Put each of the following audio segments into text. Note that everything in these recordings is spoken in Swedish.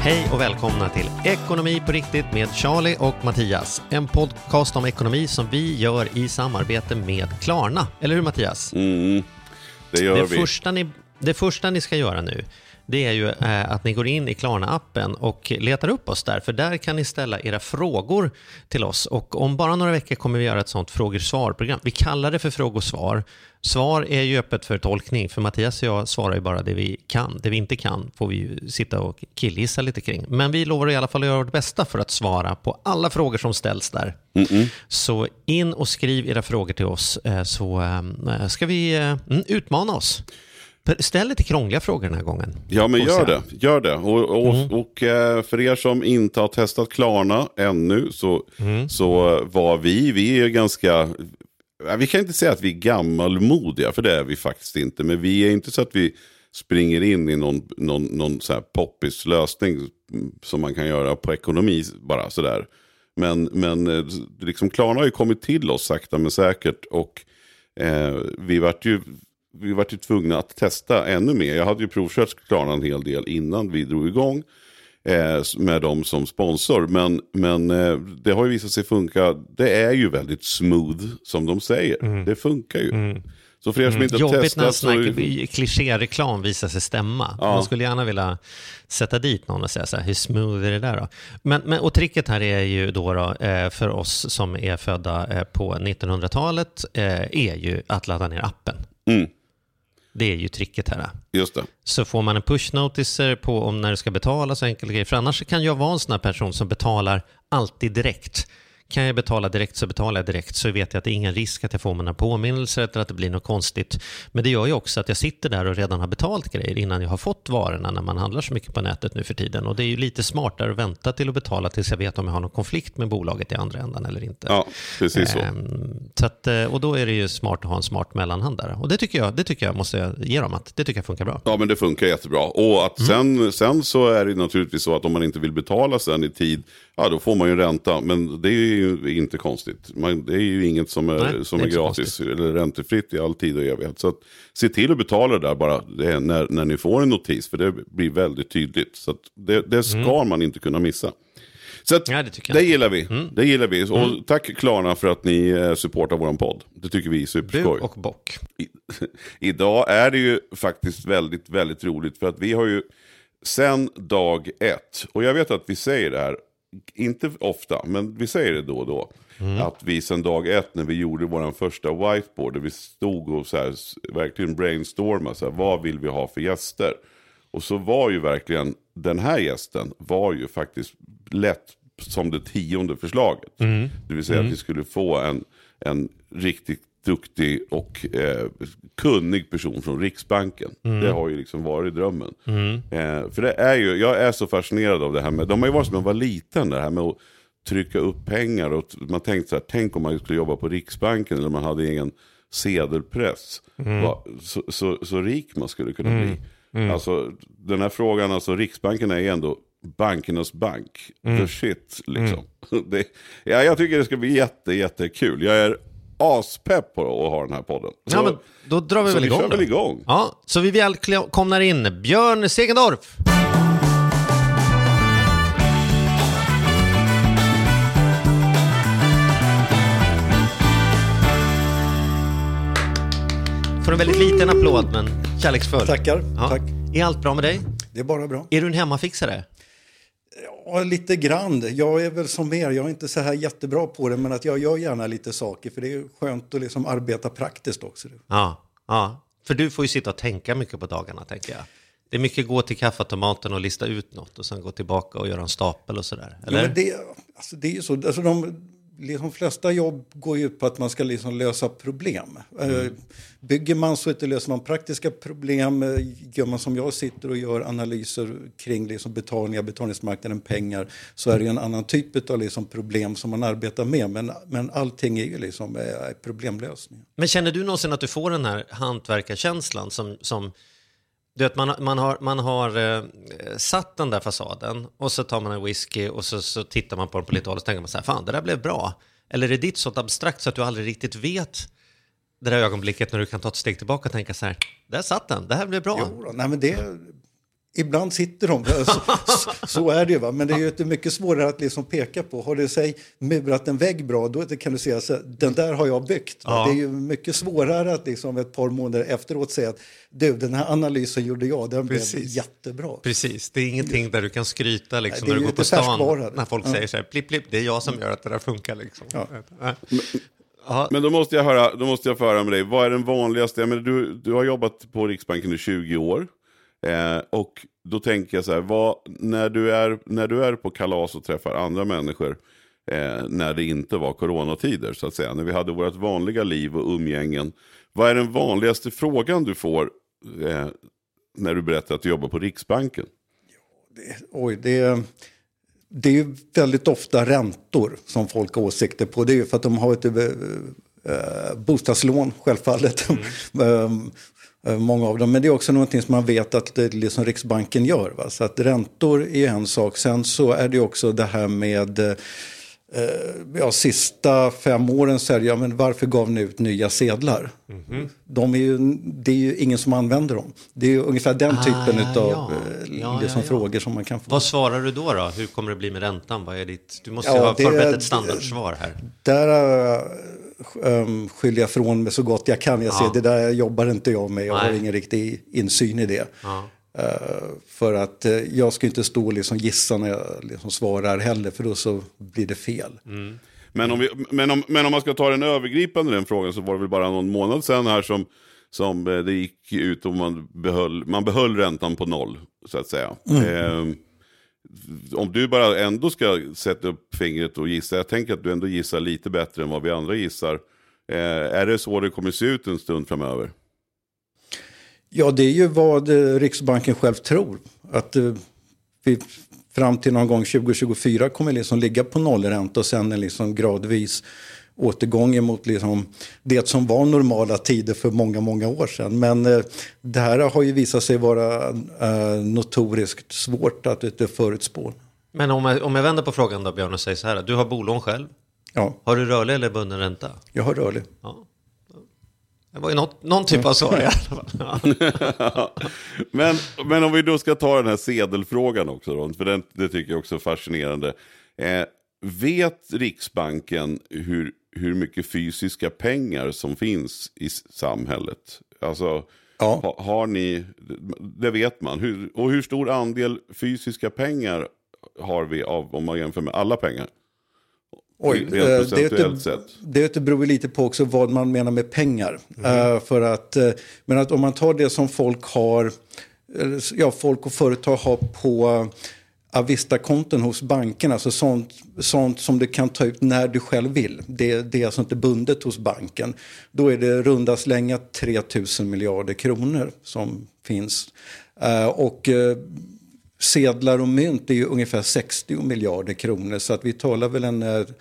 Hej och välkomna till Ekonomi på riktigt med Charlie och Mattias. En podcast om ekonomi som vi gör i samarbete med Klarna. Eller hur, Mattias? Det gör vi. Det första ni ska göra nu, det är ju att ni går in i Klarna-appen och letar upp oss där. För där kan ni ställa era frågor till oss. Och om bara några veckor kommer vi göra ett sånt frågor-svar-program. Vi kallar det för frågor-svar. Svar är ju öppet för tolkning. För Mattias och jag svarar ju bara det vi kan. Det vi inte kan får vi ju sitta och killgissa lite kring. Men vi lovar i alla fall att göra vårt bästa för att svara på alla frågor som ställs där. Så in och skriv era frågor till oss, så ska vi utmana oss. Ställ lite krångliga frågor den här gången. Ja, men gör det. Och för er som inte har testat Klarna ännu, så var vi är ganska... Vi kan inte säga att vi är gammalmodiga, för det är vi faktiskt inte. Men vi är inte så att vi springer in i någon så här poppis lösning som man kan göra på ekonomi bara sådär. Men liksom Klarna har ju kommit till oss sakta men säkert, och vi vart ju tvungna att testa ännu mer. Jag hade ju provkört Klarna en hel del innan vi drog igång med dem som sponsor. Men det har ju visat sig funka. Det är ju väldigt smooth, som de säger. Det funkar ju. Så för er som inte har jobbigt testat... när kliché-reklam visar sig stämma. Ja. Man skulle gärna vilja sätta dit någon och säga så här, hur smooth är det där då? Men och tricket här är ju då för oss som är födda på 1900-talet är ju att ladda ner appen. Det är ju tricket här. Just det. Så får man en push-noticer på om när du ska betala, så enkelt grej. För annars kan jag vara en sån här person som betalar alltid direkt. Kan jag betala direkt så betalar jag direkt, så vet jag att det är ingen risk att jag får mina påminnelser eller att det blir något konstigt. Men det gör ju också att jag sitter där och redan har betalt grejer innan jag har fått varorna, när man handlar så mycket på nätet nu för tiden. Och det är ju lite smartare att vänta till att betala tills jag vet om jag har någon konflikt med bolaget i andra ändan eller inte. Ja, precis så. Så att, och då är det ju smart att ha en smart mellanhand där. Och det tycker jag måste jag ge dem, att det tycker jag funkar bra. Ja, men det funkar jättebra. Och att sen så är det naturligtvis så att om man inte vill betala sen i tid, ja, då får man ju ränta. Men det är ju inte konstigt. Det är ju inget som är gratis eller räntefritt i all tid och evighet. Så att, se till att betala det där bara när ni får en notis, för det blir väldigt tydligt. Så att det ska man inte kunna missa. Så att, det gillar vi. Det gillar vi. Och tack Klarna för att ni supportar våran podd. Det tycker vi är superskoj. Bu och bock. Idag är det ju faktiskt väldigt, väldigt roligt, för att vi har ju sen dag 1, och jag vet att vi säger det här inte ofta, men vi säger det då och då, att vi sen dag 1, när vi gjorde vår första whiteboard, där vi stod och så här, verkligen brainstormade så här, vad vill vi ha för gäster, och så var ju verkligen den här gästen var ju faktiskt lätt som det 10:e förslaget. Det vill säga att vi skulle få en riktigt duktig och kunnig person från Riksbanken. Det har ju liksom varit drömmen. För det är ju, jag är så fascinerad av det här med, de har ju varit som jag var liten, det här med att trycka upp pengar, och man tänkte så här, tänk om man skulle jobba på Riksbanken eller man hade egen sedelpress. Så rik man skulle kunna bli. Alltså den här frågan, alltså Riksbanken är ju ändå bankernas bank. The shit liksom. Jag tycker det ska bli jättekul. Jag är aspepp på att ha den här podden. Ja, men då drar vi väl igång. Kör väl igång. Ja, så vi välkomnar in Björn Segendorf. Får en väldigt liten applåd, men kärleksfull. Tackar, ja. Tack. Är allt bra med dig? Det är bara bra. Är du en hemmafixare? Ja, lite grann. Jag är väl som er. Jag är inte så här jättebra på det, men att jag gör gärna lite saker, för det är skönt att liksom arbeta praktiskt också. Ja. För du får ju sitta och tänka mycket på dagarna, tänker jag. Det är mycket gå till kaffeautomaten och lista ut något och sen gå tillbaka och göra en stapel och sådär. Eller? Ja, men det är ju så. Alltså de flesta jobb går ju ut på att man ska liksom lösa problem. Bygger man så att det löser man praktiska problem. Gör man som jag sitter och gör analyser kring liksom betalningsmarknaden, pengar, så är det ju en annan typ av liksom problem som man arbetar med. Men allting är ju liksom problemlösning. Men känner du någonsin att du får den här hantverkarkänslan som du vet, man har satt den där fasaden och så tar man en whisky och så tittar man på den på lite håll och så tänker man så här, fan, det där blev bra. Eller är det ditt sånt abstrakt så att du aldrig riktigt vet det där ögonblicket när du kan ta ett steg tillbaka och tänka så här, där satt den, det här blev bra. Jo, nej, men Ibland sitter de, så är det ju, va? Men det är ju inte mycket svårare att liksom peka på. Har det sig murat en vägg bra, då kan du säga så den där har jag byggt. Ja. Det är ju mycket svårare att liksom ett par månader efteråt säga att den här analysen gjorde jag, den blev jättebra. Precis, det är ingenting där du kan skryta liksom, när du går på stan när folk säger så här, plipp, det är jag som gör att det där funkar liksom. Ja. Men då måste jag höra med dig, vad är den vanligaste, men du har jobbat på Riksbanken i 20 år. Och då tänker jag så här, när du är på kalas och träffar andra människor när det inte var coronatider så att säga, när vi hade vårt vanliga liv och umgängen, vad är den vanligaste frågan du får när du berättar att du jobbar på Riksbanken? Det är ju väldigt ofta räntor som folk har åsikter på. Det är ju för att de har ett bostadslån självfallet. Många av dem. Men det är också någonting som man vet att det liksom Riksbanken gör. Va? Så att räntor är en sak. Sen så är det också det här med sista 5 åren så är det, men varför gav ni ut nya sedlar? Det är ju ingen som använder dem. Det är ju ungefär den typen av frågor som man kan få. Vad svarar du då? Hur kommer det bli med räntan? Du måste ha förberett ett standardsvar här. Där skyller jag från mig så gott jag kan. Jag ser det där jobbar inte jag med. Jag har ingen riktig insyn i det. För att jag ska inte stå och liksom gissa när jag liksom svarar heller, för då så blir det fel. Men om man ska ta den övergripande den frågan, så var det väl bara någon månad sedan här som det gick ut och man behöll räntan på 0 så att säga. Om du bara ändå ska sätta upp fingret och gissa, jag tänker att du ändå gissar lite bättre än vad vi andra gissar. Är det så det kommer se ut en stund framöver? Ja, det är ju vad Riksbanken själv tror. Att vi fram till någon gång 2024 kommer liksom ligga på nollränta och sen en liksom gradvis återgång mot liksom det som var normala tider för många, många år sedan. Men det här har ju visat sig vara notoriskt svårt att inte förutspå. Men om jag vänder på frågan då, Björn, och säger så här, du har bolån själv. Ja. Har du rörlig eller bunden ränta? Jag har rörlig. Ja. Det var ju någon typ av svar i alla fall. Men om vi då ska ta den här sedelfrågan också då, för det tycker jag också är fascinerande. Vet Riksbanken hur mycket fysiska pengar som finns i samhället? Alltså, har ni, det vet man. Hur stor andel fysiska pengar har vi om man jämför med alla pengar? Det beror lite på också vad man menar med pengar. Men att om man tar det som folk och företag har på Avista-konton hos bankerna, alltså sånt som du kan ta ut när du själv vill. Det är alltså inte bundet hos banken. Då är det runda slänga 3 000 miljarder kronor som finns. Sedlar och mynt är ju ungefär 60 miljarder kronor, så att vi talar väl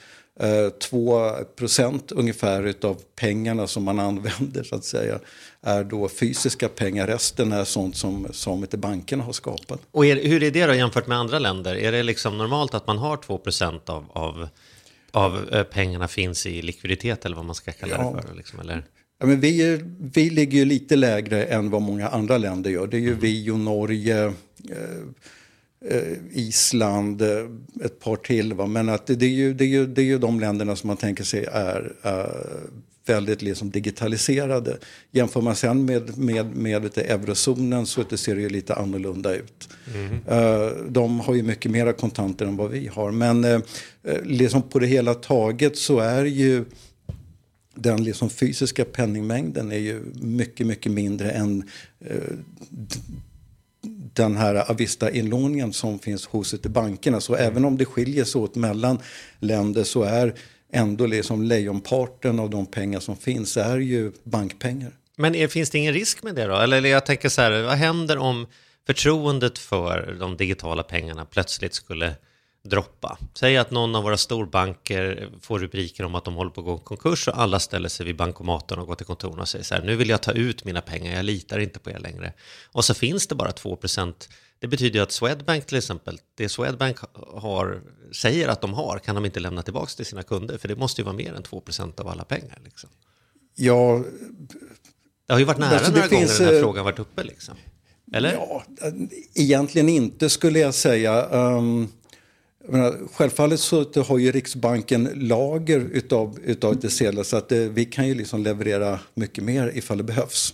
2% ungefär utav pengarna som man använder så att säga är då fysiska pengar. Resten är sånt som inte bankerna har skapat. Och hur är det då jämfört med andra länder? Är det liksom normalt att man har 2% av pengarna finns i likviditet eller vad man ska kalla det för? Liksom, eller? Ja, men vi ligger ju lite lägre än vad många andra länder gör. Det är ju vi och Norge, Island, ett par till. Va? Men att det är ju de länderna som man tänker sig är väldigt liksom digitaliserade. Jämför man sen med eurozonen så ser det ju lite annorlunda ut. De har ju mycket mera kontanter än vad vi har. Men liksom på det hela taget så är ju den liksom fysiska penningmängden är ju mycket, mycket mindre än den här Avista-inlåningen som finns hos bankerna. Så även om det skiljer sig åt mellan länder så är ändå liksom lejonparten av de pengar som finns är ju bankpengar. Men finns det ingen risk med det då? Eller jag tänker så här, vad händer om förtroendet för de digitala pengarna plötsligt skulle droppa? Säg att någon av våra storbanker får rubriker om att de håller på att gå konkurs och alla ställer sig vid bankomaten och går till kontoren och säger så här, nu vill jag ta ut mina pengar, jag litar inte på er längre. Och så finns det bara 2%. Det betyder ju att Swedbank till exempel, det Swedbank säger att de har, kan de inte lämna tillbaka till sina kunder, för det måste ju vara mer än 2% av alla pengar. Liksom. Ja, det har ju varit nära några gånger den här frågan varit uppe. Liksom. Eller? Ja, egentligen inte skulle jag säga. Självfallet så har ju Riksbanken lager utav det sedlar, så att vi kan ju liksom leverera mycket mer ifall det behövs.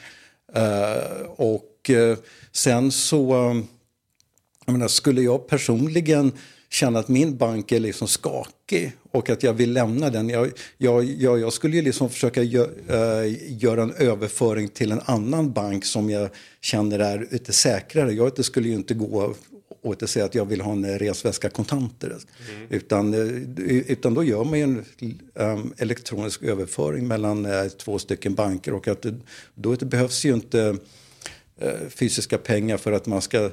Och sen så, jag menar, skulle jag personligen känna att min bank är liksom skakig och att jag vill lämna den. Jag skulle ju liksom försöka göra en överföring till en annan bank som jag känner är lite säkrare. Jag skulle ju inte gå och inte säga att jag vill ha en resväska kontanter. Utan då gör man ju en elektronisk överföring mellan 2 stycken banker, och att då behövs ju inte fysiska pengar för att man ska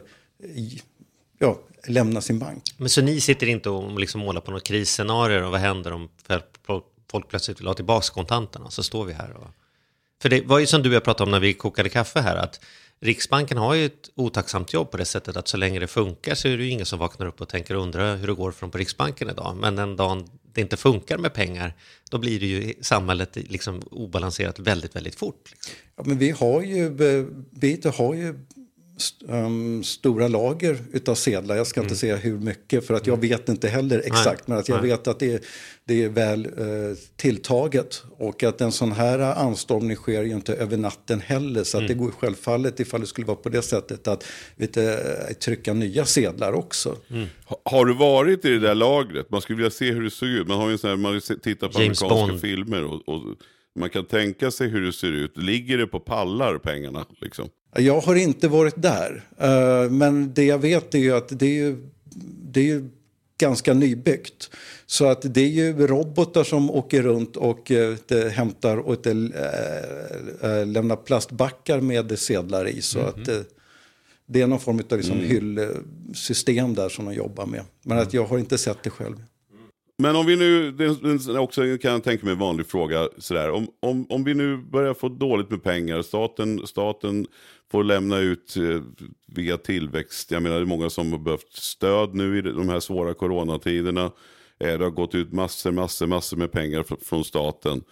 lämna sin bank. Men så ni sitter inte och liksom målar på något krisscenario, och vad händer om folk plötsligt vill ha tillbaka kontanterna? Så står vi här. För det var ju som du och jag pratade om när vi kokade kaffe här, att Riksbanken har ju ett otacksamt jobb på det sättet att så länge det funkar så är det ju ingen som vaknar upp och tänker undra hur det går från på Riksbanken idag. Men den dagen det inte funkar med pengar, då blir det ju samhället liksom obalanserat väldigt, väldigt fort. Liksom. Ja, men vi har ju stora lager utav sedlar. Jag ska inte säga hur mycket, för att jag vet inte heller exakt. Men att jag vet att det är väl tilltaget. Och att en sån här anstormning sker ju inte över natten heller. Så att det går självfallet, ifall det skulle vara på det sättet, att trycka nya sedlar också. Har du varit i det där lagret? Man skulle vilja se hur det ser ut. Man har ju en sån här, man tittar på James amerikanska Bond. filmer och man kan tänka sig hur det ser ut. Ligger det på pallar, pengarna liksom? Jag har inte varit där, men det jag vet är ju att det är ju ganska nybyggt. Så att det är ju robotar som åker runt och hämtar och lämnar plastbackar med sedlar i. Så att det är någon form av liksom hyllsystem där som de jobbar med. Men att jag har inte sett det själv. Men om vi nu, det är också kan jag tänka mig en vanlig fråga sådär, om vi nu börjar få dåligt med pengar, staten får lämna ut via tillväxt, jag menar det är många som har behövt stöd nu i de här svåra coronatiderna, det har gått ut massor med pengar från staten.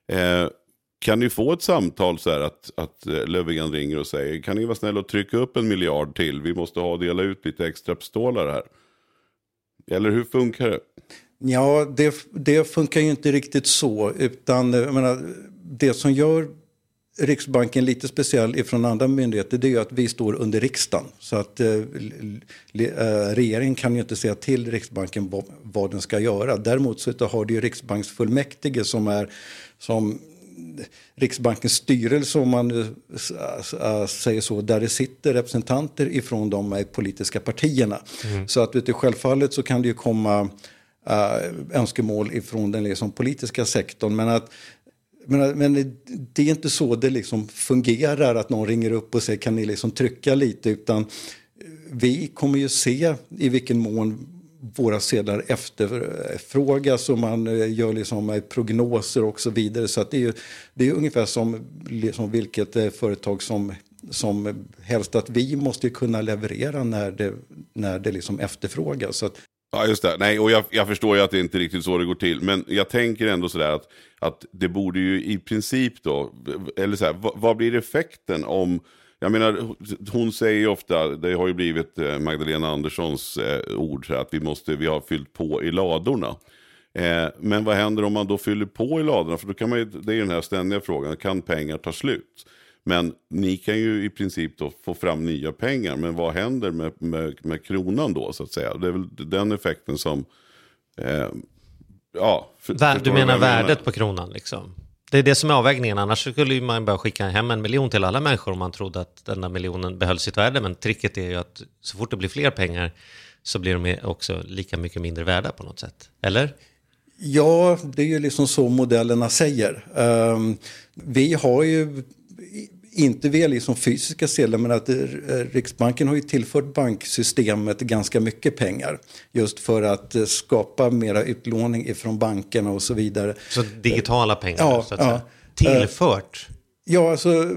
Kan ni få ett samtal så här att Löfven ringer och säger, kan ni vara snälla och trycka upp 1 miljard till, vi måste dela ut lite extra pistoler här, eller hur funkar det? Ja, det funkar ju inte riktigt så, utan jag menar, det som gör Riksbanken lite speciell ifrån andra myndigheter, det är ju att vi står under riksdagen. Så att regeringen kan ju inte säga till Riksbanken vad den ska göra. Däremot så har det ju Riksbanksfullmäktige som Riksbankens styrelse, om man säger så, där det sitter representanter ifrån de politiska partierna. Så att självfallet så kan det ju komma önskemål ifrån den liksom politiska sektorn, men det är inte så det liksom fungerar, att någon ringer upp och säger kan ni liksom trycka lite, utan vi kommer ju se i vilken mån våra sedlar efterfrågas, och man gör liksom prognoser och så vidare. Så att det är ungefär som liksom vilket företag som helst, att vi måste kunna leverera när det liksom efterfrågas. Så att, ja, just det. Nej, och jag förstår ju att det inte riktigt så det går till. Men jag tänker ändå sådär att det borde ju i princip då, eller så här, vad blir effekten om, jag menar, hon säger ju ofta, det har ju blivit Magdalena Anderssons ord så här, att vi har fyllt på i ladorna. Men vad händer om man då fyller på i ladorna? För då kan det är ju den här ständiga frågan, kan pengar ta slut? Men ni kan ju i princip då få fram nya pengar. Men vad händer med kronan då, så att säga? Det är väl den effekten som... Du menar värdet på kronan liksom? Det är det som är avvägningen. Annars skulle man bara skicka hem 1 miljon till alla människor om man trodde att den där miljonen behöll sitt värde. Men tricket är ju att så fort det blir fler pengar så blir de också lika mycket mindre värda på något sätt. Eller? Ja, det är ju liksom så modellerna säger. Vi har ju inte via liksom fysiska sedlar, men att Riksbanken har ju tillfört banksystemet ganska mycket pengar just för att skapa mera utlåning ifrån bankerna och så vidare. Så digitala pengar, ja, så att säga. Tillfört? Ja, alltså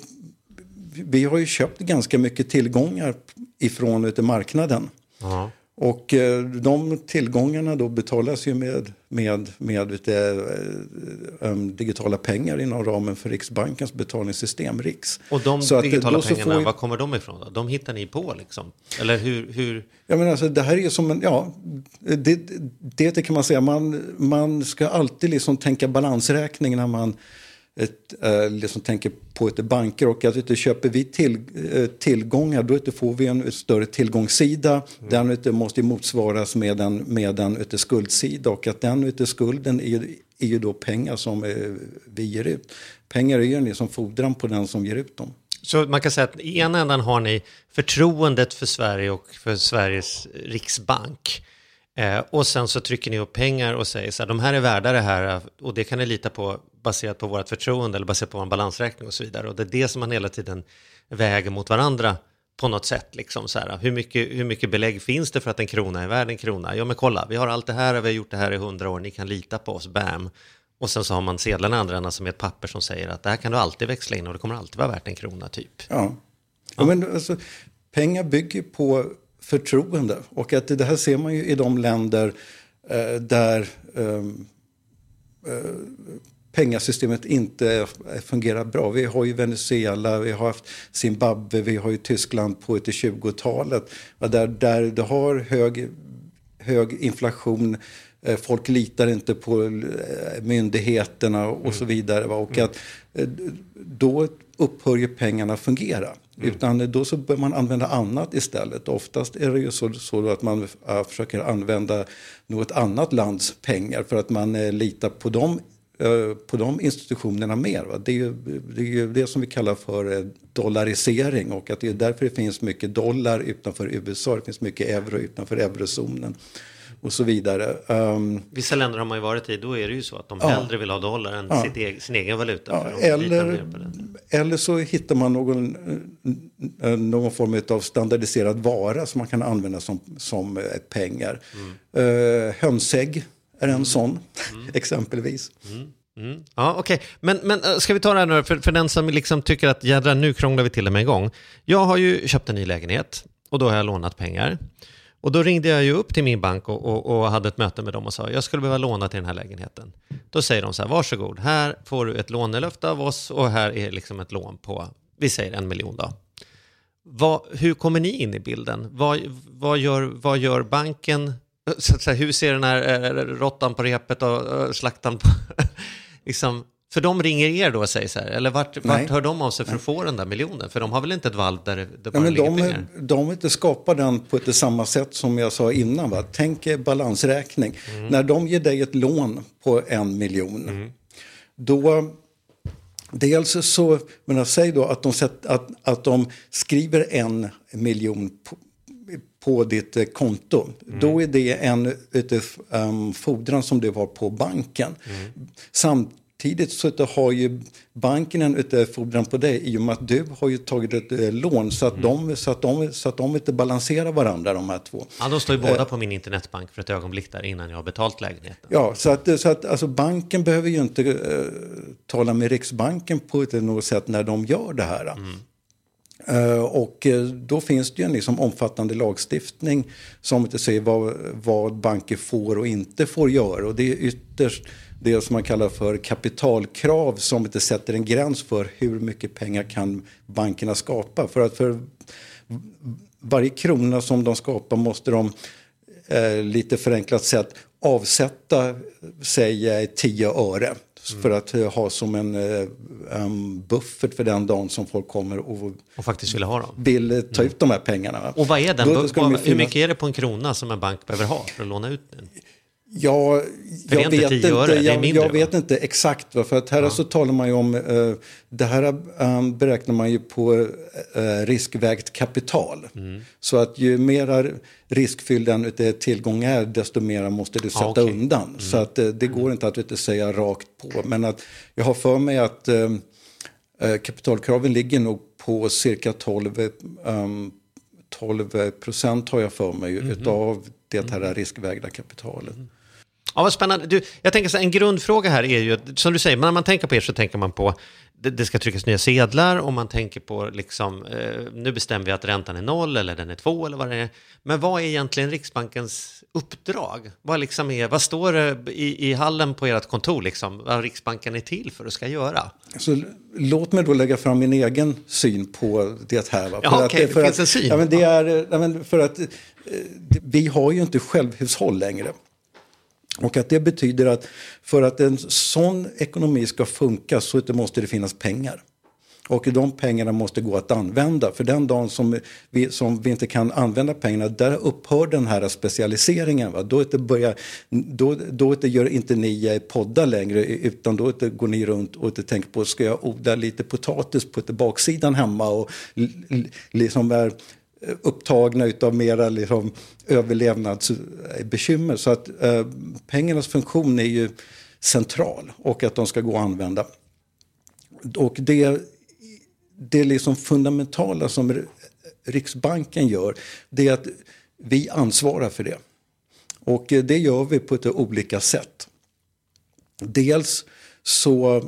vi har ju köpt ganska mycket tillgångar ifrån marknaden. Ja. Och de tillgångarna då betalas ju med digitala pengar inom ramen för Riksbankens betalningssystem, RIX. Och de så digitala pengarna, var kommer de ifrån då? De hittar ni på liksom? Eller hur? Ja, men alltså, det här är ju som det kan man säga. Man ska alltid liksom tänka balansräkning när man liksom tänker på ett banker, och att köper vi tillgångar, då får vi en större tillgångssida. Den måste motsvaras med en skuldsida, och att den skulden är ju då pengar som vi ger ut. Pengar är ju liksom fordran på den som ger ut dem. Så man kan säga att i ena ändan har ni förtroendet för Sverige och för Sveriges riksbank. Och sen så trycker ni upp pengar och säger så här, de här är värda det här, och det kan ni lita på baserat på vårt förtroende eller baserat på vår balansräkning och så vidare. Och det är det som man hela tiden väger mot varandra på något sätt. Liksom så här, hur mycket belägg finns det för att en krona är värd en krona? Ja, men kolla, vi har allt det här och vi har gjort det här i 100 år, ni kan lita på oss, bam. Och sen så har man sedlarna andra än som är ett papper som säger att det här kan du alltid växla in och det kommer alltid vara värt en krona typ. Ja. Men alltså, pengar bygger på förtroende, och att det här ser man ju i de länder där pengasystemet inte fungerar bra. Vi har ju Venezuela, vi har haft Zimbabwe, vi har ju Tyskland på 20-talet där det har hög inflation. Folk litar inte på myndigheterna och så vidare. Och att då upphör ju pengarna fungera. Utan då så bör man använda annat istället. Oftast är det ju så att man försöker använda något annat lands pengar för att man litar på de institutionerna mer. Va? Det är ju det som vi kallar för dollarisering, och att det är därför det finns mycket dollar utanför USA, det finns mycket euro utanför eurozonen och så vidare. Vissa länder har man ju varit i, då är det ju så att de hellre vill ha dollar än sin egen valuta. Eller så hittar man någon form av standardiserad vara som man kan använda som pengar. Hönsägg är en sån, exempelvis. Ja, okej. Men ska vi ta det här nu för den som liksom tycker att jädra, nu krånglar vi till det med en gång. Jag har ju köpt en ny lägenhet och då har jag lånat pengar. Och då ringde jag ju upp till min bank och hade ett möte med dem och sa jag skulle behöva låna till den här lägenheten. Då säger de så här, varsågod, här får du ett lånelöfte av oss och här är liksom ett lån på, vi säger 1 miljon då. Hur kommer ni in i bilden? Vad gör banken? Så hur ser den här råttan på repet och slaktan på liksom, för de ringer er då och säger så här, eller vart hör de av sig för att få den där miljonen? För de har väl inte ett valv där det bara ligger pengar? De inte skapar den på ett samma sätt som jag sa innan. Va? Tänk balansräkning. När de ger dig ett lån på 1 miljon, då dels så, men säg då att de skriver 1 miljon på ditt konto. Då är det en fordran som du har på banken. Samtidigt så har ju banken en fordran på dig i och med att du har ju tagit ett lån så att de inte balanserar varandra, de här två. Ja, de står ju båda på min internetbank för ett ögonblick där innan jag har betalt lägenheten. Ja, så att alltså banken behöver ju inte tala med Riksbanken på något sätt när de gör det här. Och då finns det ju en liksom omfattande lagstiftning som inte säger vad banker får och inte får göra, och det är ytterst det som man kallar för kapitalkrav som inte sätter en gräns för hur mycket pengar kan bankerna skapa. För att för varje krona som de skapar måste de lite förenklat sätt avsätta säg 10 öre för att ha som en buffert för den dagen som folk kommer och faktiskt vill ha dem. Vill ta ut de här pengarna. Och vad är den? Hur mycket är det på en krona som en bank behöver ha för att låna ut den? Ja, jag vet inte exakt. För att här så talar man ju om, det här beräknar man ju på riskvägt kapital. Så att ju mer riskfylld en tillgång är, desto mer måste du sätta undan. Så att det går inte att inte säga rakt på. Men att jag har för mig att kapitalkraven ligger nog på cirka 12% har jag för mig utav det här riskvägda kapitalet. Ja, vad spännande. Jag tänker så här, en grundfråga här är ju, som du säger, när man tänker på er så tänker man på det ska tryckas nya sedlar och man tänker på liksom, nu bestämmer vi att räntan är 0 eller den är 2 eller vad det är. Men vad är egentligen Riksbankens uppdrag? Vad står det i hallen på ert kontor liksom, vad Riksbanken är till för och ska göra? Så låt mig då lägga fram min egen syn på det här. Va? Ja, okej, det finns en syn. Ja, men det är, för att vi har ju inte självhushåll längre. Och att det betyder att för att en sån ekonomi ska funka så måste det finnas pengar. Och de pengarna måste gå att använda. För den dagen som vi inte kan använda pengarna, där upphör den här specialiseringen. Va? Då gör inte ni poddar längre, utan då går ni runt och tänker på, ska jag odla lite potatis på baksidan hemma och liksom är upptagna utav mera liksom överlevnadsbekymmer. Så att pengarnas funktion är ju central och att de ska gå att använda. Och det är liksom fundamentala som Riksbanken gör, det är att vi ansvarar för det. Och det gör vi på ett olika sätt. Dels så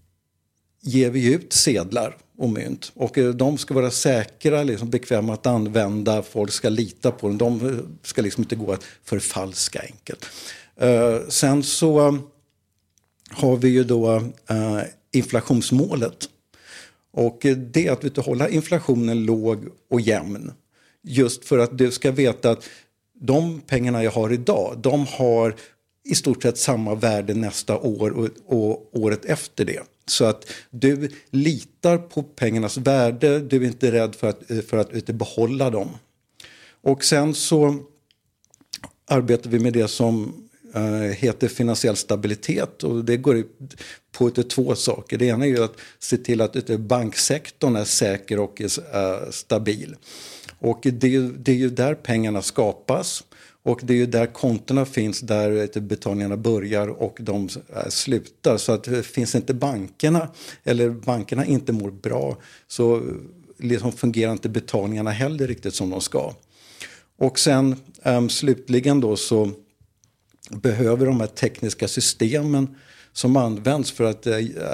ger vi ut sedlar och mynt. Och de ska vara säkra, liksom bekväma att använda. Folk ska lita på dem. De ska liksom inte gå att förfalska enkelt. Sen så har vi ju då inflationsmålet. Och det är att vi hålla inflationen låg och jämn. Just för att du ska veta att de pengarna jag har idag, de har i stort sett samma värde nästa år och året efter det. Så att du litar på pengarnas värde, du är inte rädd för att inte behålla dem. Och sen så arbetar vi med det som heter finansiell stabilitet, och det går ut på två saker. Det ena är ju att se till att banksektorn är säker och är stabil. Och det är ju där pengarna skapas. Och det är ju där kontona finns, där betalningarna börjar och de slutar. Så att finns inte bankerna inte mår bra, så liksom fungerar inte betalningarna heller riktigt som de ska. Och sen slutligen då så behöver de här tekniska systemen som används för att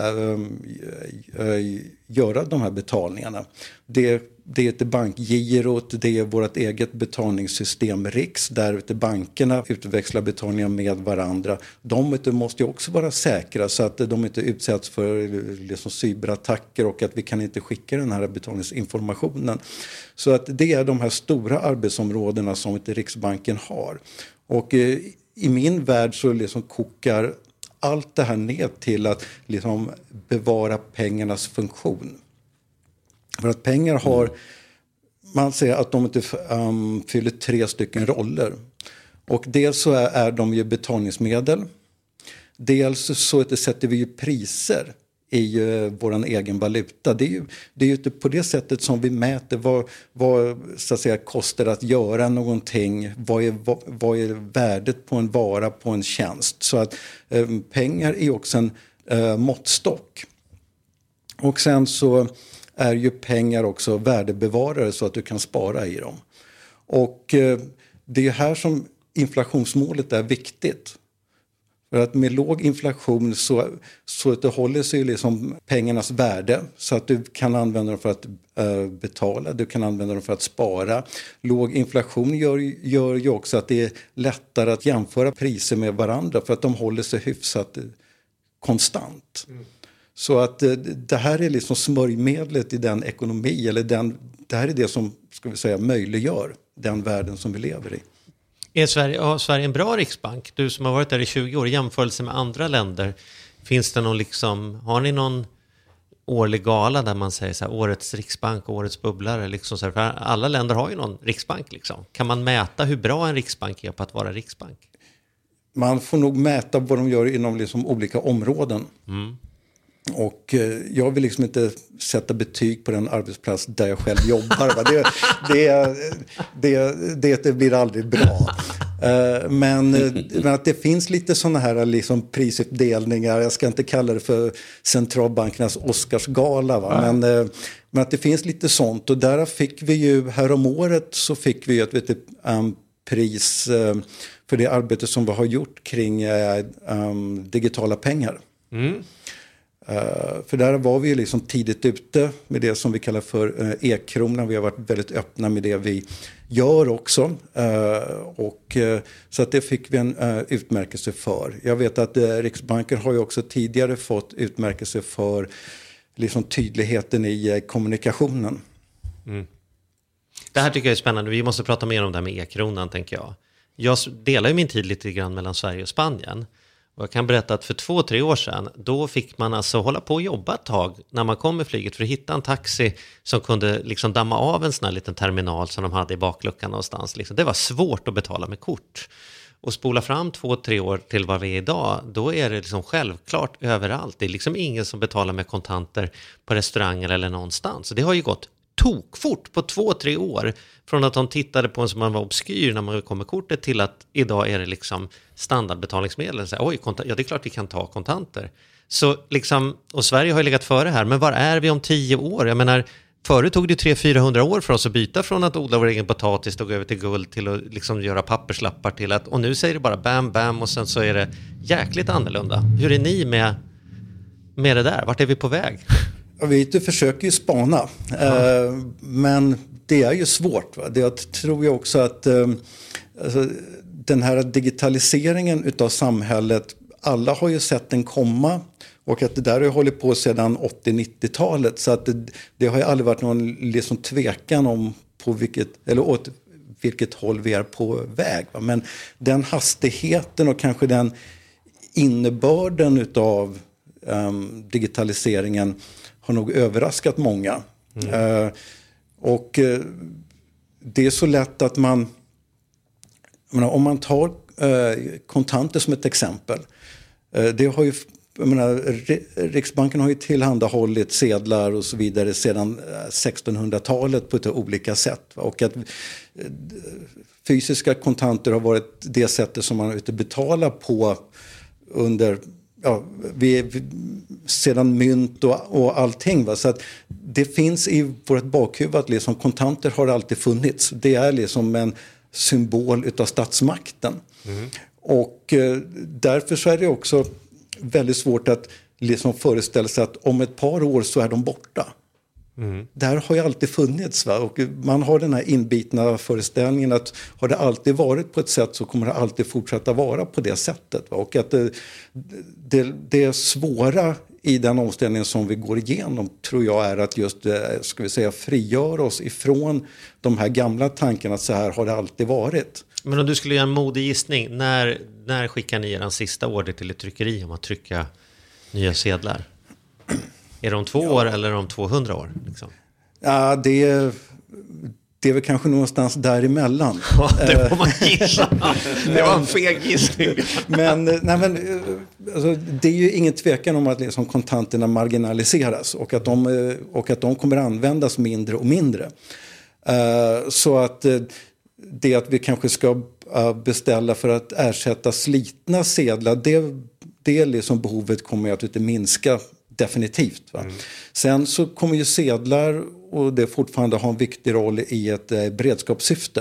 göra de här betalningarna. Det är ett bankgirot, det är vårt eget betalningssystem RIX, där bankerna utväxlar betalningar med varandra. De måste ju också vara säkra så att de inte utsätts för liksom cyberattacker och att vi kan inte skicka den här betalningsinformationen. Så att det är de här stora arbetsområdena som Riksbanken har. Och i min värld så liksom kokar allt det här ner till att liksom bevara pengarnas funktion. För att pengar har, man säger att de inte fyller 3 stycken roller. Och dels så är de ju betalningsmedel. Dels så sätter vi ju priser i våran egen valuta. Det är ju inte på det sättet som vi mäter vad så att säga kostar att göra någonting. Vad är värdet på en vara, på en tjänst. Så att pengar är också en måttstock. Och sen så är ju pengar också värdebevarare så att du kan spara i dem. Och det är här som inflationsmålet är viktigt. För att med låg inflation så det håller sig liksom pengarnas värde, så att du kan använda dem för att betala, du kan använda dem för att spara. Låg inflation gör ju också att det är lättare att jämföra priser med varandra, för att de håller sig hyfsat konstant. Så att det här är liksom smörjmedlet i den ekonomi, eller det här är det som, ska vi säga, möjliggör den världen som vi lever i. Har Sverige en bra riksbank? Du som har varit där i 20 år, i jämförelse med andra länder, finns det någon har ni någon årlig gala där man säger så här, årets riksbank och årets bubblare liksom så här, för alla länder har ju någon riksbank liksom. Kan man mäta hur bra en riksbank är på att vara riksbank? Man får nog mäta vad de gör inom liksom olika områden. Och jag vill liksom inte sätta betyg på den arbetsplats där jag själv jobbar. Det blir aldrig bra. Men att det finns lite sådana här liksom prisutdelningar. Jag ska inte kalla det för centralbankernas Oscarsgala. Va? Men att det finns lite sånt. Och där fick vi ju, häromåret så fick vi ett pris för det arbete som vi har gjort kring digitala pengar. För där var vi liksom tidigt ute med det som vi kallar för e-kronan. Vi har varit väldigt öppna med det vi gör också. Så att det fick vi en utmärkelse för. Jag vet att Riksbanken har ju också tidigare fått utmärkelse för liksom tydligheten i kommunikationen. Mm. Det här tycker jag är spännande. Vi måste prata mer om det här med e-kronan, tänker jag. Jag delar ju min tid lite grann mellan Sverige och Spanien. Och jag kan berätta att för 2-3 år sedan, då fick man alltså hålla på och jobba ett tag när man kom med flyget för att hitta en taxi som kunde liksom damma av en sån här liten terminal som de hade i bakluckan någonstans. Liksom. Det var svårt att betala med kort. Och spola fram 2-3 år till vad vi är idag, då är det liksom självklart överallt. Det är liksom ingen som betalar med kontanter på restauranger eller någonstans. Så det har ju gått tokfort på 2-3 år från att de tittade på en som man var obskyr när man kom med kortet till att idag är det liksom standardbetalningsmedel. Så, oj, ja, det är klart vi kan ta kontanter. Så liksom, och Sverige har ju legat före här, men var är vi om 10 år? Jag menar, förut tog det 300-400 år för oss att byta från att odla vår egen potatis och gå över till guld till att liksom göra papperslappar till att, och nu säger det bara bam, bam och sen så är det jäkligt annorlunda. Hur är ni med det där? Vart är vi på väg? Ja, vi försöker ju spana, men det är ju svårt. Va? Det tror jag också att alltså, den här digitaliseringen utav samhället, alla har ju sett den komma och att det där har hållit på sedan 80-90-talet, så att det har ju aldrig varit någon liksom tvekan om på åt vilket håll vi är på väg. Va? Men den hastigheten och kanske den innebörden utav digitaliseringen har nog överraskat många. Det är så lätt att om man tar kontanter som ett exempel. Det har ju, Riksbanken har ju tillhandahållit sedlar och så vidare sedan 1600-talet på ett olika sätt. Och att fysiska kontanter har varit det sättet som man har betalar på under sedan mynt och allting. Va? Så att det finns i vårt bakhuvud att liksom kontanter har alltid funnits. Det är liksom en symbol utav statsmakten. Och därför så är det också väldigt svårt att liksom föreställa sig att om ett par år så är de borta. Det här har ju alltid funnits. Va? Och man har den här inbitna föreställningen att har det alltid varit på ett sätt så kommer det alltid fortsätta vara på det sättet. Va? Och att det är svåra i den omställningen som vi går igenom tror jag är att just frigöra oss ifrån de här gamla tankarna att så här har det alltid varit. Men om du skulle göra en modig gissning, när skickar ni er sista order till ett tryckeri om att trycka nya sedlar? Är det om 2 år eller om 200 år? Liksom? Ja, det är väl kanske någonstans däremellan. Ja, det får man gissa. Det var en feg gissning. Alltså, det är ju ingen tvekan om att liksom kontanterna marginaliseras och att de kommer användas mindre och mindre. Så att det att vi kanske ska beställa för att ersätta slitna sedlar, det liksom behovet kommer att inte minska definitivt. Va? Sen så kommer ju sedlar och det fortfarande ha en viktig roll i ett beredskapssyfte.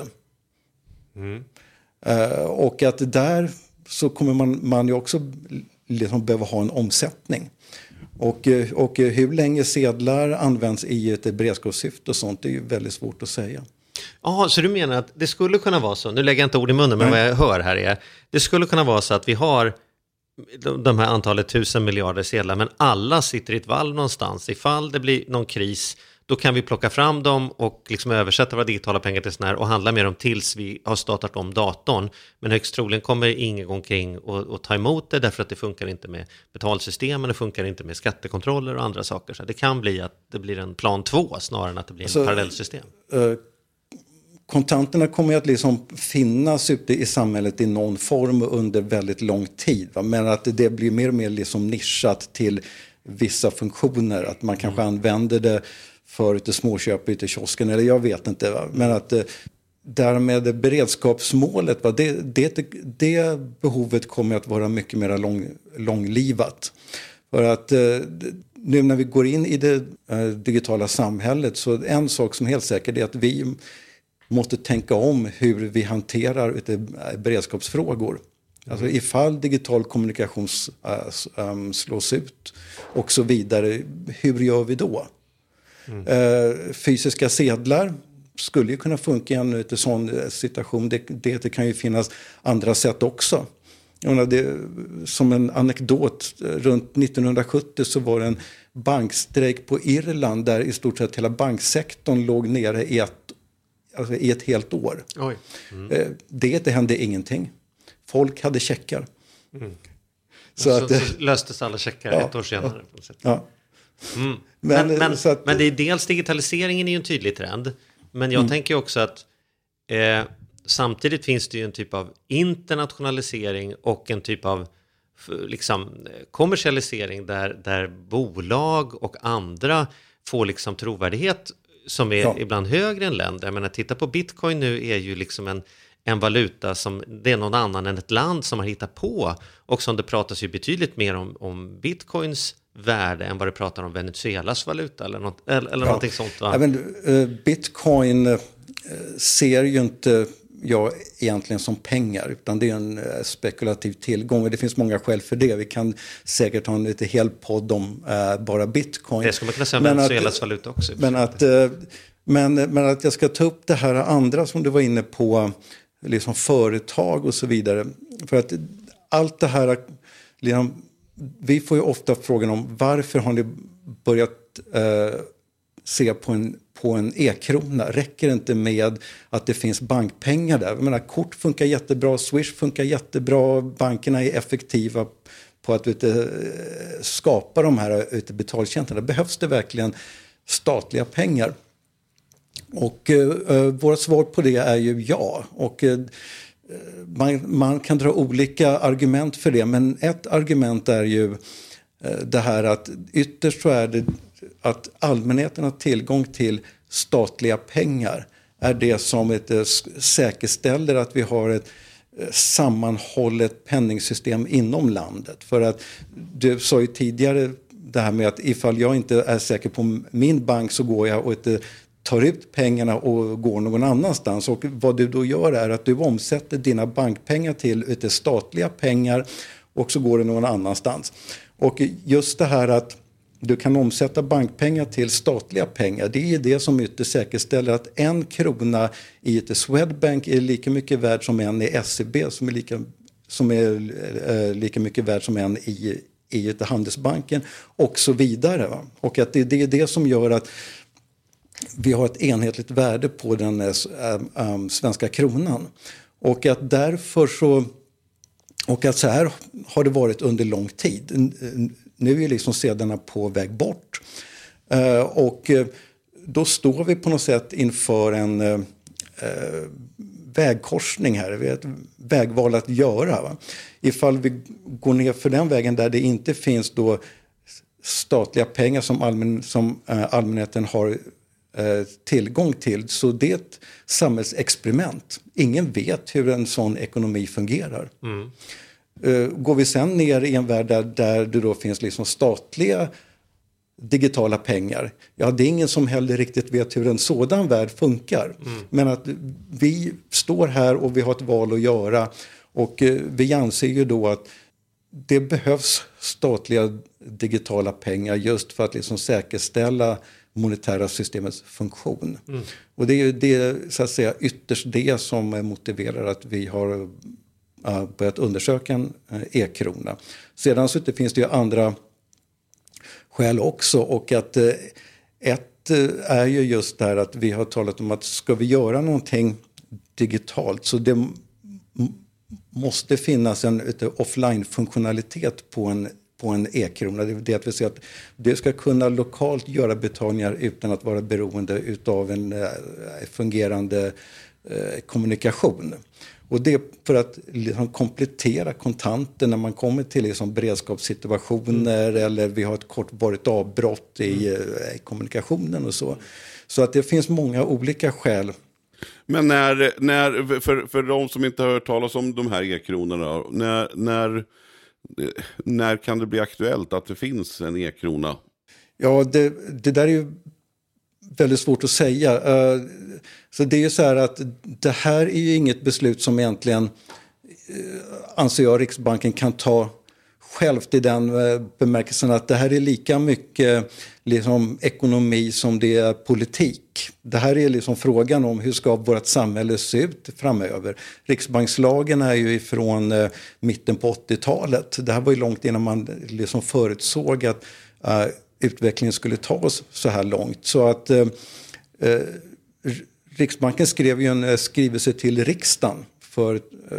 Och att där så kommer man ju också liksom behöva ha en omsättning. Och hur länge sedlar används i ett beredskapssyfte och sånt är ju väldigt svårt att säga. Ja, så du menar att det skulle kunna vara så, nu lägger jag inte ord i munnen men vad jag hör här är, det skulle kunna vara så att vi har de här antalet 1000 miljarder sedlar men alla sitter i ett valv någonstans. Ifall det blir någon kris, då kan vi plocka fram dem och liksom översätta våra digitala pengar till sån här och handla med dem tills vi har startat om datorn. Men högst troligen kommer ingen gå omkring och ta emot det därför att det funkar inte med betalsystemen, det funkar inte med skattekontroller och andra saker. Så det kan bli att det blir en plan 2 snarare än att det blir en parallellsystem. Kontanterna kommer att liksom finnas ute i samhället i någon form under väldigt lång tid. Va? Men att det blir mer och mer liksom nischat till vissa funktioner. Att man kanske använder det för ett småköp ute i kiosken eller jag vet inte. Va? Men att därmed beredskapsmålet, va? Det behovet kommer att vara mycket mer långlivat. För att nu när vi går in i det digitala samhället så en sak som är helt säker är att vi måste tänka om hur vi hanterar beredskapsfrågor. Alltså ifall digital kommunikation slås ut och så vidare, hur gör vi då? Fysiska sedlar skulle ju kunna funka i en sån situation. Det kan ju finnas andra sätt också. Som en anekdot, runt 1970 så var det en bankstrejk på Irland där i stort sett hela banksektorn låg nere i ett helt år. Oj. Det hände ingenting. Folk hade checkar. Så löstes alla checkar ett år senare. På något sätt. Ja. Men det är dels digitaliseringen är ju en tydlig trend. Men jag tänker också att samtidigt finns det ju en typ av internationalisering och en typ av liksom, kommersialisering där bolag och andra får liksom trovärdighet som är ibland högre än länder. Jag menar, titta på Bitcoin nu är ju liksom en valuta som det är någon annan än ett land som har hittat på, och som det pratas ju betydligt mer om Bitcoins värde än vad det pratar om Venezuelas valuta eller någonting sånt. Va? Bitcoin ser ju inte jag egentligen som pengar, utan det är en spekulativ tillgång, och det finns många skäl för det. Vi kan säkert ha en lite hel podd om bara Bitcoin. Det ska man kunna säga om Venezuelas valuta också. Men att jag ska ta upp det här andra som du var inne på, liksom företag och så vidare. För att allt det här, liksom, vi får ju ofta frågan om varför har ni börjat se på en e-krona? Räcker det inte med att det finns bankpengar där? Jag menar, kort funkar jättebra, Swish funkar jättebra, bankerna är effektiva på att skapa de här betaltjänsterna. Behövs det verkligen statliga pengar? Och vårt svar på det är ju ja. Och man kan dra olika argument för det, men ett argument är ju det här att ytterst så är det att allmänheten har tillgång till statliga pengar är det som säkerställer att vi har ett sammanhållet penningsystem inom landet. För att du sa ju tidigare det här med att ifall jag inte är säker på min bank så går jag och tar ut pengarna och går någon annanstans. Och vad du då gör är att du omsätter dina bankpengar till statliga pengar och så går det någon annanstans. Och just det här att du kan omsätta bankpengar till statliga pengar, det är det som ytterst säkerställer att 1 krona i ett Swedbank är lika mycket värd som en i SEB, som är lika mycket värd som en i ett Handelsbanken och så vidare. Va? Och att det är det som gör att vi har ett enhetligt värde på den svenska kronan. Och att därför så här har det varit under lång tid. Nu är liksom sedlarna på väg bort. Och då står vi på något sätt inför en vägkorsning här. Vi har ett vägval att göra. Va? Ifall vi går ner för den vägen där det inte finns då statliga pengar som allmänheten har tillgång till, så det är ett samhällsexperiment. Ingen vet hur en sån ekonomi fungerar. Går vi sen ner i en värld där det då finns liksom statliga digitala pengar, ja, det är ingen som heller riktigt vet hur en sådan värld funkar. Men att vi står här och vi har ett val att göra, och vi anser ju då att det behövs statliga digitala pengar just för att liksom säkerställa monetära systemets funktion. Och det är ju det, så att säga, ytterst det som motiverar att vi har börjat undersöka en e-krona. Sedan så finns det ju andra skäl också, och att ett är ju just där att vi har talat om att ska vi göra någonting digitalt så det måste finnas en offline-funktionalitet på en e-krona. Det är att vi säger att det ska kunna lokalt göra betalningar utan att vara beroende utav en fungerande kommunikation. Och det för att liksom komplettera kontanter när man kommer till liksom beredskapssituationer eller vi har ett kortvarigt avbrott i kommunikationen och så. Så att det finns många olika skäl. Men för de som inte har hört talas om de här e-kronorna, när kan det bli aktuellt att det finns en e-krona? Ja, det där är ju väldigt svårt att säga. Så det är ju så här att det här är ju inget beslut som egentligen anser jag Riksbanken kan ta självt i den bemärkelsen att det här är lika mycket liksom ekonomi som det är politik. Det här är liksom frågan om hur ska vårt samhälle se ut framöver. Riksbankslagen är ju ifrån mitten på 80-talet. Det här var ju långt innan man liksom förutsåg att utvecklingen skulle ta oss så här långt. Så att Riksbanken skrev ju en skrivelse till riksdagen för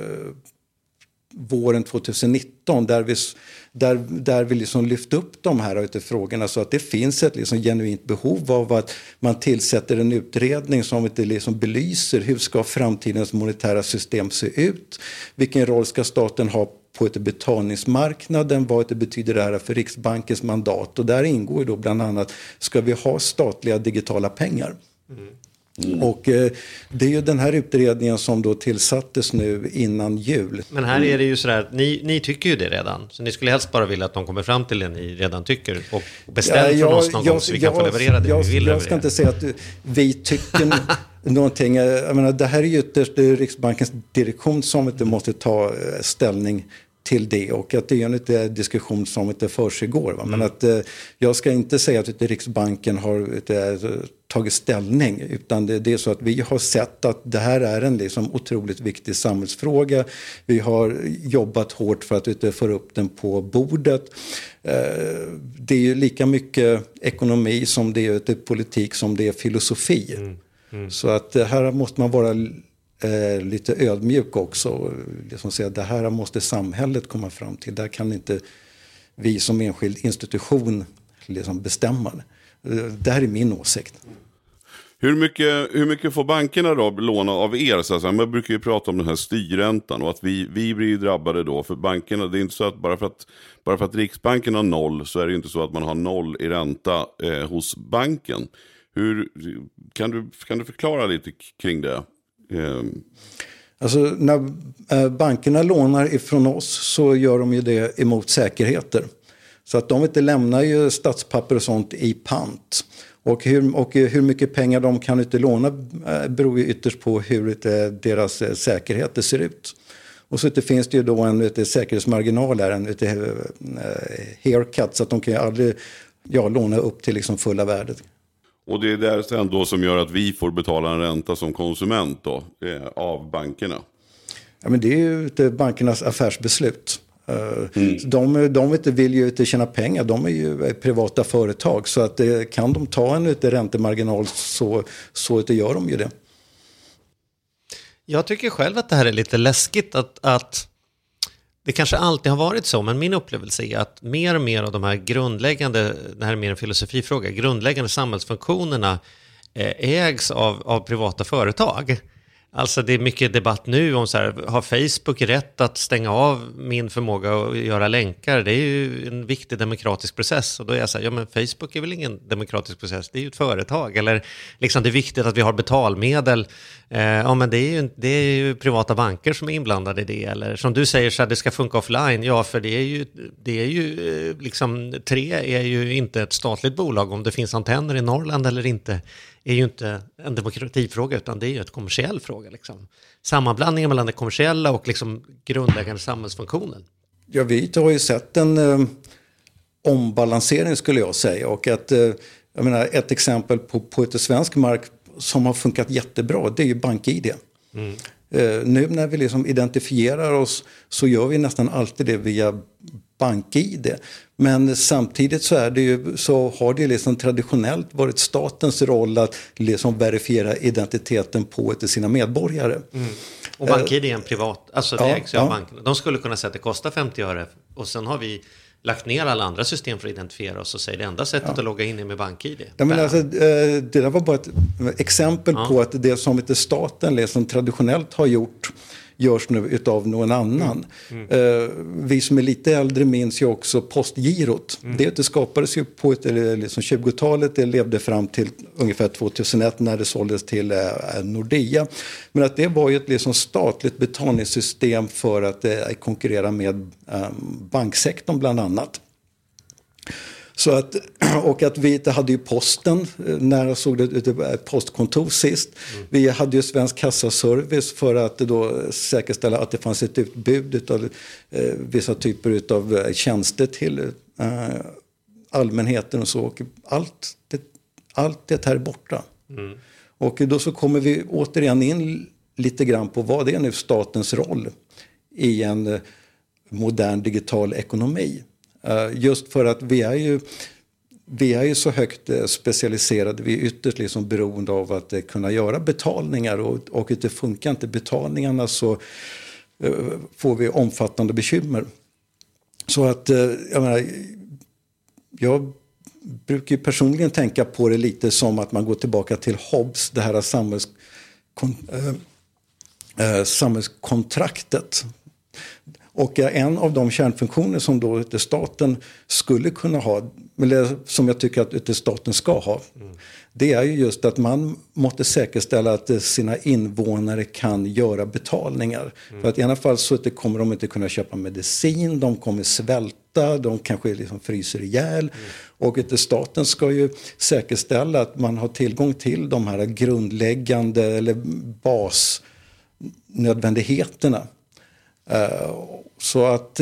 våren 2019 där vi liksom lyfte upp de här frågorna så att det finns ett liksom genuint behov av att man tillsätter en utredning som liksom belyser hur ska framtidens monetära system se ut, vilken roll ska staten ha på ett betalningsmarknaden, vad det betyder det här för Riksbankens mandat, och där ingår ju då bland annat, ska vi ha statliga digitala pengar? Och det är ju den här utredningen som då tillsattes nu innan jul. Men här är det ju sådär, ni tycker ju det redan. Så ni skulle helst bara vilja att de kommer fram till det ni redan tycker och beställer från oss någon gång så vi kan få leverera det vi vill leverera. Jag ska inte säga att vi tycker någonting. Jag menar, det här är ju ytterst Riksbankens direktion som inte måste ta ställning till det, och att det är en diskussion som inte försiggår. Men att jag ska inte säga att Riksbanken har tagit ställning, utan det är så att vi har sett att det här är en liksom otroligt viktig samhällsfråga. Vi har jobbat hårt för att få upp den på bordet. Det är ju lika mycket ekonomi som det är politik som det är filosofi. Så att här måste man vara lite ödmjuk också och liksom säga att det här måste samhället komma fram till. Där kan inte vi som enskild institution liksom bestämma. Det här är min åsikt. Hur mycket får bankerna då låna av er? Så alltså, man brukar ju prata om den här styrräntan och att vi blir ju drabbade då. För bankerna, det är inte så att bara för att Riksbanken har 0 så är det ju inte så att man har 0 i ränta hos banken. Kan du förklara lite kring det? Alltså när bankerna lånar ifrån oss så gör de ju det emot säkerheter. Så att de inte lämnar ju statspapper och sånt i pant. Och hur mycket pengar de kan inte låna beror ju ytterst på hur deras säkerheter ser ut. Och så finns det ju då en säkerhetsmarginal här, en haircut, så att de kan ju aldrig låna upp till liksom fulla värdet. Och det är där sen då som gör att vi får betala en ränta som konsument då, av bankerna. Ja, men det är ju bankernas affärsbeslut. De vill ju inte tjäna pengar, de är ju privata företag. Så att kan de ta en räntemarginal så gör de ju det. Jag tycker själv att det här är lite läskigt att det kanske alltid har varit så, men min upplevelse är att mer och mer av de här grundläggande, det här är mer en filosofifråga, grundläggande samhällsfunktionerna ägs av privata företag. Alltså det är mycket debatt nu om så här, har Facebook rätt att stänga av min förmåga att göra länkar? Det är ju en viktig demokratisk process. Och då är jag så här, men Facebook är väl ingen demokratisk process, det är ju ett företag. Eller liksom det är viktigt att vi har betalmedel. Men det är ju privata banker som är inblandade i det. Eller som du säger så här, det ska funka offline. Ja, för det är ju liksom, Tre är ju inte ett statligt bolag om det finns antenner i Norrland eller inte. Är ju inte en demokratifråga utan det är ju ett kommersiell fråga. Liksom. Sammanblandningen mellan det kommersiella och liksom grundläggande samhällsfunktionen. Ja, vi har ju sett en ombalansering skulle jag säga. Och jag menar, ett exempel på ett svensk mark som har funkat jättebra, det är ju BankID. Nu när vi liksom identifierar oss så gör vi nästan alltid det via BankID. Men samtidigt så har det liksom traditionellt varit statens roll att liksom verifiera identiteten på sina medborgare. Och BankID är en privat, alltså det ägs av banken. De skulle kunna säga att det kostar 50 öre och sen har vi lagt ner alla andra system för att identifiera oss och säga det enda sättet att logga in är med BankID. Ja, men alltså, det där var bara ett exempel på att det som inte staten liksom traditionellt har gjort görs nu utav någon annan. Vi som är lite äldre minns ju också postgirot. Det skapades ju på liksom 20-talet, det levde fram till ungefär 2001 när det såldes till Nordea. Men att det var ju ett liksom statligt betalningssystem för att konkurrera med banksektorn bland annat. Så att, och att vi inte hade ju posten, när jag såg det ett postkontor sist. Vi hade ju Svensk kassaservice för att då säkerställa att det fanns ett utbud av vissa typer av tjänster till allmänheten och så. Och allt det här är borta. Och då så kommer vi återigen in lite grann på vad det är nu statens roll i en modern digital ekonomi. Just för att vi är ju så högt specialiserade, vi är ytterst liksom beroende av att kunna göra betalningar och det funkar inte betalningarna så får vi omfattande bekymmer. Så att jag brukar personligen tänka på det lite som att man går tillbaka till Hobbes, det här samhällskontraktet. Och en av de kärnfunktioner som då staten skulle kunna ha, eller som jag tycker att staten ska ha, det är ju just att man måste säkerställa att sina invånare kan göra betalningar. För att i alla fall så kommer de inte kunna köpa medicin, de kommer svälta, de kanske liksom fryser ihjäl. Och att staten ska ju säkerställa att man har tillgång till de här grundläggande eller basnödvändigheterna. Så att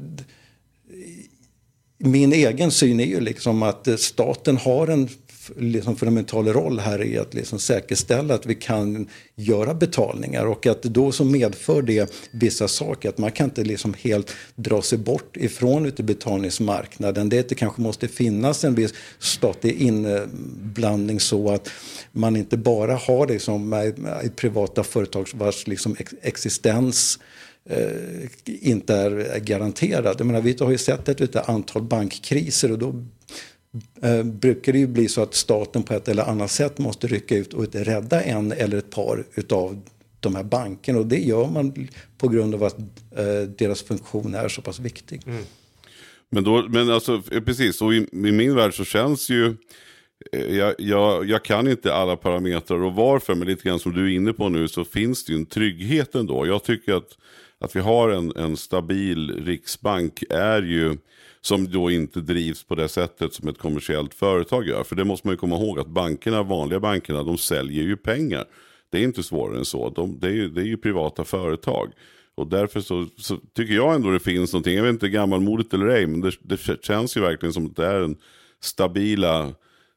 min egen syn är ju liksom att staten har en liksom fundamental roll här i att liksom säkerställa att vi kan göra betalningar och att då så medför det vissa saker, att man kan inte liksom helt dra sig bort ifrån betalningsmarknaden. Det kanske måste finnas en viss statlig inblandning så att man inte bara har liksom privata företag vars liksom existens inte är garanterad. Jag menar, vi har ju sett ett antal bankkriser och då brukar det ju bli så att staten på ett eller annat sätt måste rycka ut och rädda en eller ett par utav de här bankerna, och det gör man på grund av att deras funktion är så pass viktig. Men alltså precis, så i min värld så känns ju jag kan inte alla parametrar och varför, men lite grann som du är inne på nu så finns det ju en trygghet ändå. Jag tycker att vi har en stabil riksbank är ju, som då inte drivs på det sättet som ett kommersiellt företag gör. För det måste man ju komma ihåg att vanliga bankerna, de säljer ju pengar. Det är inte svårare än så. Det är ju privata företag. Och därför så tycker jag ändå det finns någonting. Jag vet inte gammalmodigt eller ej, men det känns ju verkligen som att det är en stabila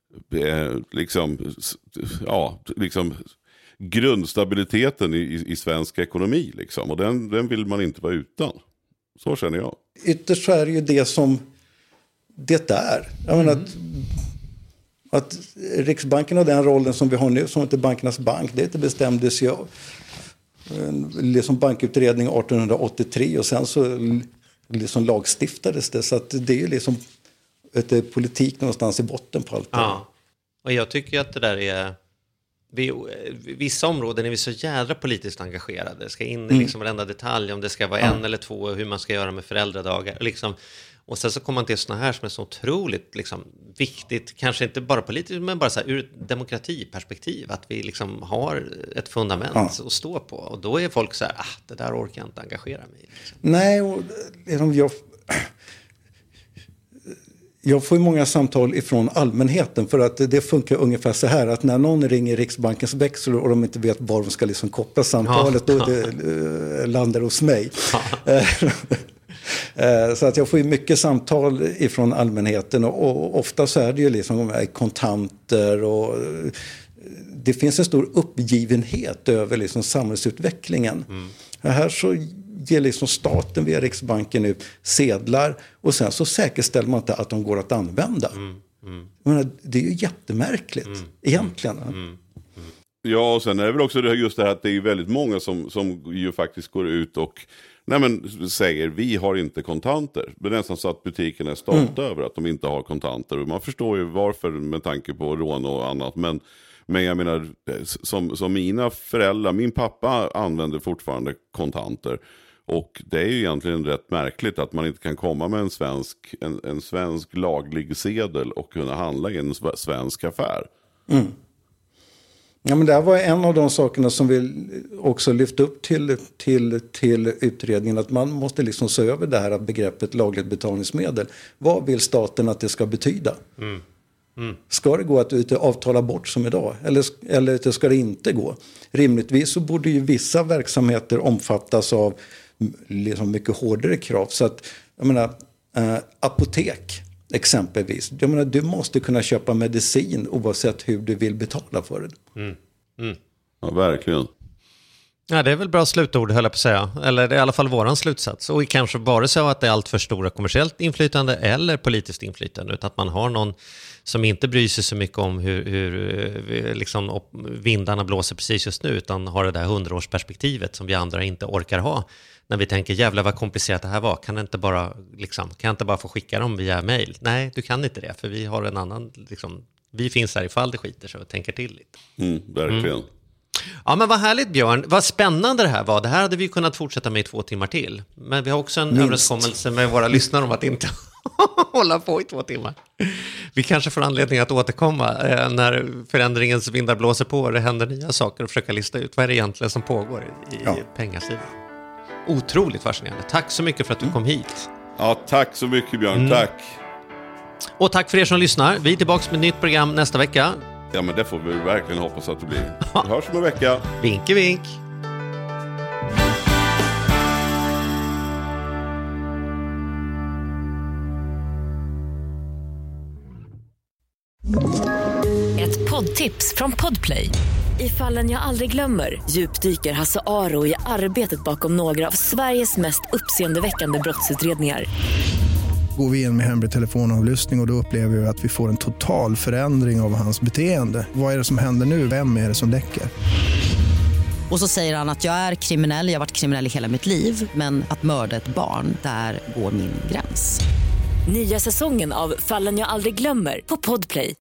liksom grundstabiliteten i svensk ekonomi liksom. Och den vill man inte vara utan. Så känner jag. Ytterst så är det ju det som det är. Jag menar att Riksbanken har den rollen som vi har nu, som inte bankernas bank, det bestämdes ju liksom bankutredning 1883 och sen så liksom lagstiftades det, så att det är ju liksom ett politik någonstans i botten på allt. Ja, och jag tycker att det där är vissa områden är vi så jädra politiskt engagerade. Det ska in i liksom varenda detalj, om det ska vara en eller två, hur man ska göra med föräldradagar liksom. Och sen så kommer man till såna här som är så otroligt liksom viktigt, kanske inte bara politiskt men bara så här, ur ett demokratiperspektiv, att vi liksom har ett fundament att stå på, och då är folk så här, det där orkar jag inte engagera mig i liksom. Nej, och jag får ju många samtal ifrån allmänheten, för att det funkar ungefär så här att när någon ringer Riksbankens växel och de inte vet var de ska liksom koppla samtalet, då det landar hos mig. Så att jag får ju mycket samtal ifrån allmänheten, och ofta så är det ju liksom kontanter, och det finns en stor uppgivenhet över liksom samhällsutvecklingen. Här så ger liksom staten via Riksbanken ut sedlar, och sen så säkerställer man inte att de går att använda. Men det är ju jättemärkligt egentligen. Ja, och sen är det väl också just det här att det är väldigt många som ju faktiskt går ut och säger vi har inte kontanter. Det är nästan så att butikerna är stolta över att de inte har kontanter. Och man förstår ju varför med tanke på rån och annat. Men jag menar, som mina föräldrar, min pappa använder fortfarande kontanter. Och det är ju egentligen rätt märkligt att man inte kan komma med en svensk laglig sedel och kunna handla i en svensk affär. Ja, men det här var en av de sakerna som vi också lyfte upp till utredningen. Att man måste liksom se över det här begreppet lagligt betalningsmedel. Vad vill staten att det ska betyda? Ska det gå att avtala bort som idag? Eller ska det inte gå? Rimligtvis så borde ju vissa verksamheter omfattas av liksom mycket hårdare krav. Så att, jag menar, apotek exempelvis. Jag menar, du måste kunna köpa medicin oavsett hur du vill betala för det. Ja, verkligen. Ja, det är väl bra slutord, höll jag på att säga. Eller det är i alla fall våran slutsats. Och kanske bara så att det är allt för stora kommersiellt inflytande eller politiskt inflytande. Utan att man har någon som inte bryr sig så mycket om hur liksom vindarna blåser precis just nu. Utan har det där 100-årsperspektivet som vi andra inte orkar ha. När vi tänker, jävlar vad komplicerat det här var. Kan jag inte bara få skicka dem via mail? Nej, du kan inte det. För vi har en annan, vi finns här ifall det skiter så tänker till lite. Verkligen. Ja, men vad härligt, Björn. Vad spännande det här var. Det här hade vi kunnat fortsätta med i 2 timmar till. Men vi har också en överenskommelse med våra lyssnare om att inte hålla på i 2 timmar. Vi kanske får anledning att återkomma när förändringens vindar blåser på och det händer nya saker och försöka lista ut vad är det egentligen som pågår i pengasidan. Otroligt fascinerande. Tack så mycket för att du kom hit. Ja, tack så mycket, Björn. Tack. Och tack för er som lyssnar. Vi är tillbaka med ett nytt program nästa vecka. Ja, men det får vi verkligen hoppas att det blir. Vi hörs om en vecka. Vinke, vink. Ett poddtips från Podplay. I Fallen jag aldrig glömmer djupdyker Hasse Aro i arbetet bakom några av Sveriges mest uppseendeväckande brottsutredningar. Går vi in med hemlig telefonavlyssning och då upplever vi att vi får en total förändring av hans beteende. Vad är det som händer nu? Vem är det som läcker? Och så säger han att jag är kriminell, jag har varit kriminell i hela mitt liv. Men att mörda ett barn, där går min gräns. Nya säsongen av Fallen jag aldrig glömmer på Podplay.